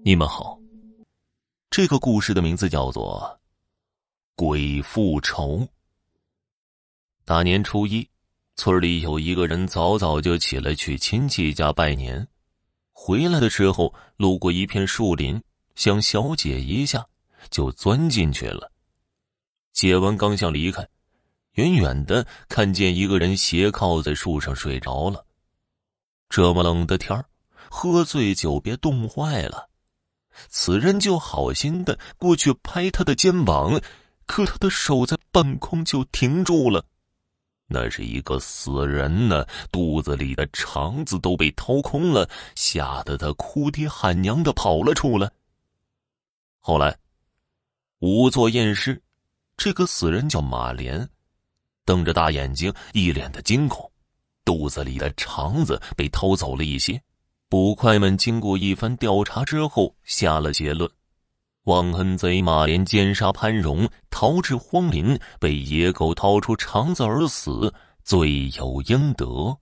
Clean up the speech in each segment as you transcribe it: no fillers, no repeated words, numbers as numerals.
你们好，这个故事的名字叫做鬼复仇。大年初一，村里有一个人早早就起来去亲戚家拜年，回来的时候路过一片树林，想小解一下，就钻进去了。解完刚想离开，远远的看见一个人斜靠在树上睡着了。这么冷的天儿，喝醉酒别冻坏了。此人就好心的过去拍他的肩膀，可他的手在半空就停住了。那是一个死人呢，肚子里的肠子都被掏空了，吓得他哭爹喊娘的跑了出来。后来仵作验尸，这个死人叫马莲，瞪着大眼睛，一脸的惊恐，肚子里的肠子被掏走了一些。捕快们经过一番调查之后下了结论，忘恩贼马莲奸杀潘荣，逃至荒林，被野狗掏出肠子而死，罪有应得。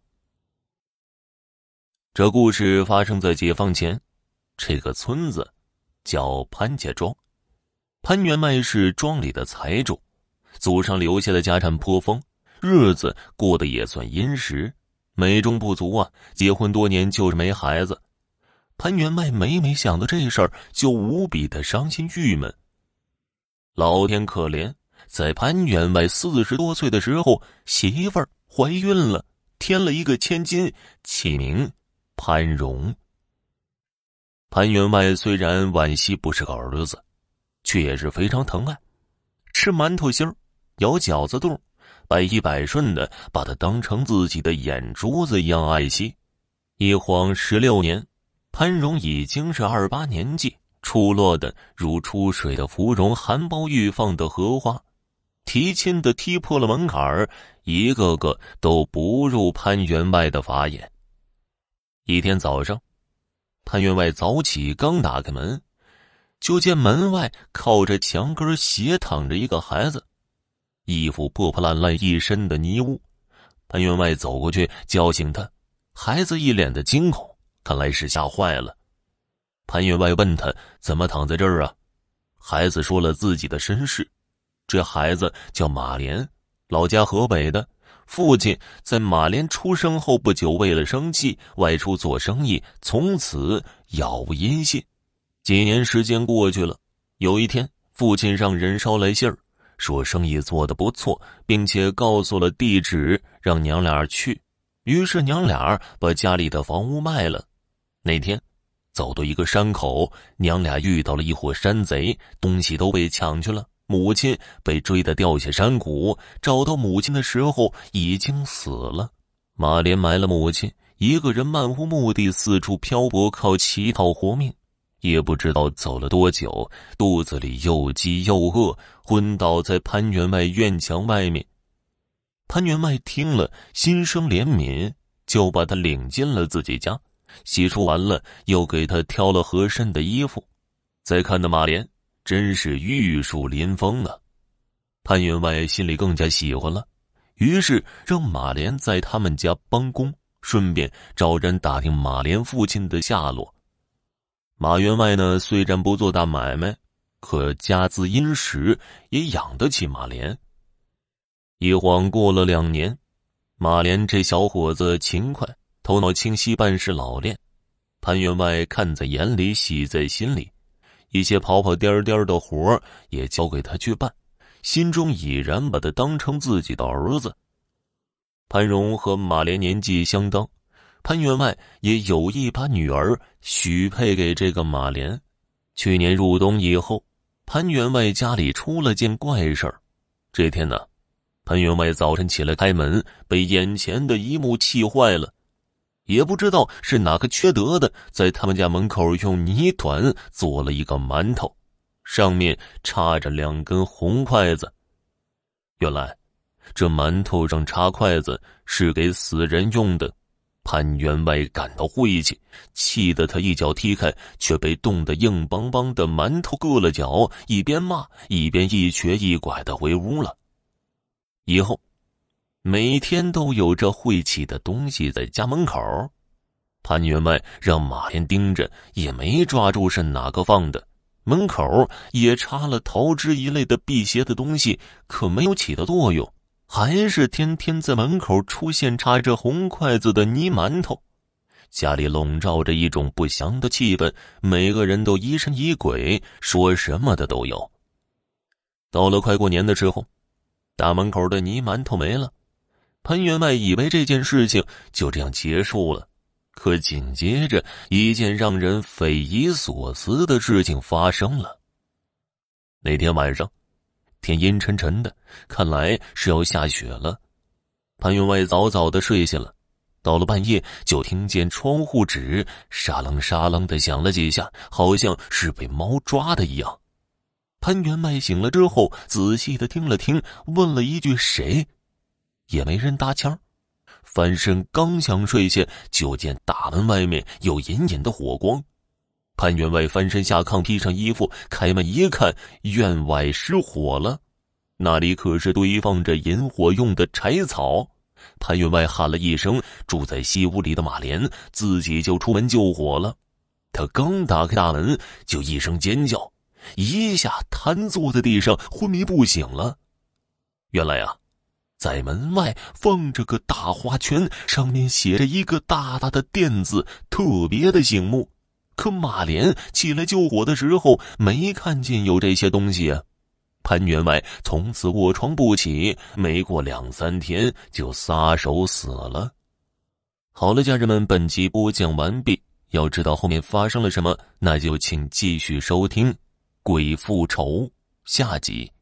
这故事发生在解放前，这个村子叫潘家庄，潘员外是庄里的财主，祖上留下的家产颇丰，日子过得也算殷实，美中不足啊，结婚多年就是没孩子。潘员外每想到这事儿，就无比的伤心郁闷。老天可怜，在潘员外40多岁的时候，媳妇儿怀孕了，添了一个千金，起名潘荣。潘员外虽然惋惜不是个儿子，却也是非常疼爱，吃馒头芯儿，咬饺子肚，百依百顺的把他当成自己的眼珠子一样爱惜。一晃16年，潘荣已经是28年纪，出落的如出水的芙蓉，含苞欲放的荷花，提亲的踢破了门槛儿，一个个都不入潘员外的法眼。一天早上，潘员外早起刚打开门，就见门外靠着墙根斜躺着一个孩子，衣服破破烂烂，一身的泥污。潘员外走过去叫醒他，孩子一脸的惊恐，看来是吓坏了。潘员外问他怎么躺在这儿啊？孩子说了自己的身世，这孩子叫马莲，老家河北的，父亲在马莲出生后不久为了生计外出做生意，从此杳无音信。几年时间过去了，有一天父亲让人捎来信儿，说生意做得不错，并且告诉了地址让娘俩去。于是娘俩把家里的房屋卖了。那天走到一个山口，娘俩遇到了一伙山贼，东西都被抢去了，母亲被追得掉下山谷，找到母亲的时候已经死了。马莲埋了母亲，一个人漫无目的四处漂泊，靠乞讨活命。也不知道走了多久，肚子里又饥又饿，昏倒在潘员外院墙外面。潘员外听了，心生怜悯，就把他领进了自己家，洗漱完了，又给他挑了合身的衣服。再看那马莲，真是玉树临风啊！潘员外心里更加喜欢了，于是让马莲在他们家帮工，顺便找人打听马莲父亲的下落。马员外呢，虽然不做大买卖，可家资殷实，也养得起马莲。一晃过了2年，马莲这小伙子勤快，头脑清晰，办事老练。潘员外看在眼里，喜在心里，一些跑跑颠颠的活也交给他去办，心中已然把他当成自己的儿子。潘荣和马莲年纪相当，潘员外也有意把女儿许配给这个马莲。去年入冬以后，潘员外家里出了件怪事儿。这天呢，潘员外早晨起来开门，被眼前的一幕气坏了。也不知道是哪个缺德的，在他们家门口用泥团做了一个馒头，上面插着2根红筷子。原来这馒头上插筷子是给死人用的。潘员外感到晦气，气得他一脚踢开，却被冻得硬邦邦的馒头硌了脚，一边骂一边一瘸一拐地回屋了。以后每天都有这晦气的东西在家门口。 潘员外让马连盯着，也没抓住是哪个放的。门口也插了桃枝一类的辟邪的东西，可没有起到作用，还是天天在门口出现插着红筷子的泥馒头。家里笼罩着一种不祥的气氛，每个人都疑神疑鬼，说什么的都有。到了快过年的时候，大门口的泥馒头没了，潘员外以为这件事情就这样结束了。可紧接着，一件让人匪夷所思的事情发生了。那天晚上，天阴沉沉的，看来是要下雪了。潘员外早早的睡下了，到了半夜就听见窗户纸沙啷沙啷的响了几下，好像是被猫抓的一样。潘员外醒了之后，仔细的听了听，问了一句谁，也没人搭腔。翻身刚想睡下，就见大门外面有隐隐的火光。潘员外翻身下炕，披上衣服，开门一看，院外失火了，那里可是堆放着引火用的柴草。潘员外喊了一声住在西屋里的马莲，自己就出门救火了。他刚打开大门，就一声尖叫，一下瘫坐在地上，昏迷不醒了。原来啊，在门外放着个大花圈，上面写着一个大大的店字，特别的醒目。可马莲起来救火的时候，没看见有这些东西啊。潘员外从此卧床不起，没过2-3天就撒手死了。好了，家人们，本集播讲完毕。要知道后面发生了什么，那就请继续收听《鬼复仇》下集。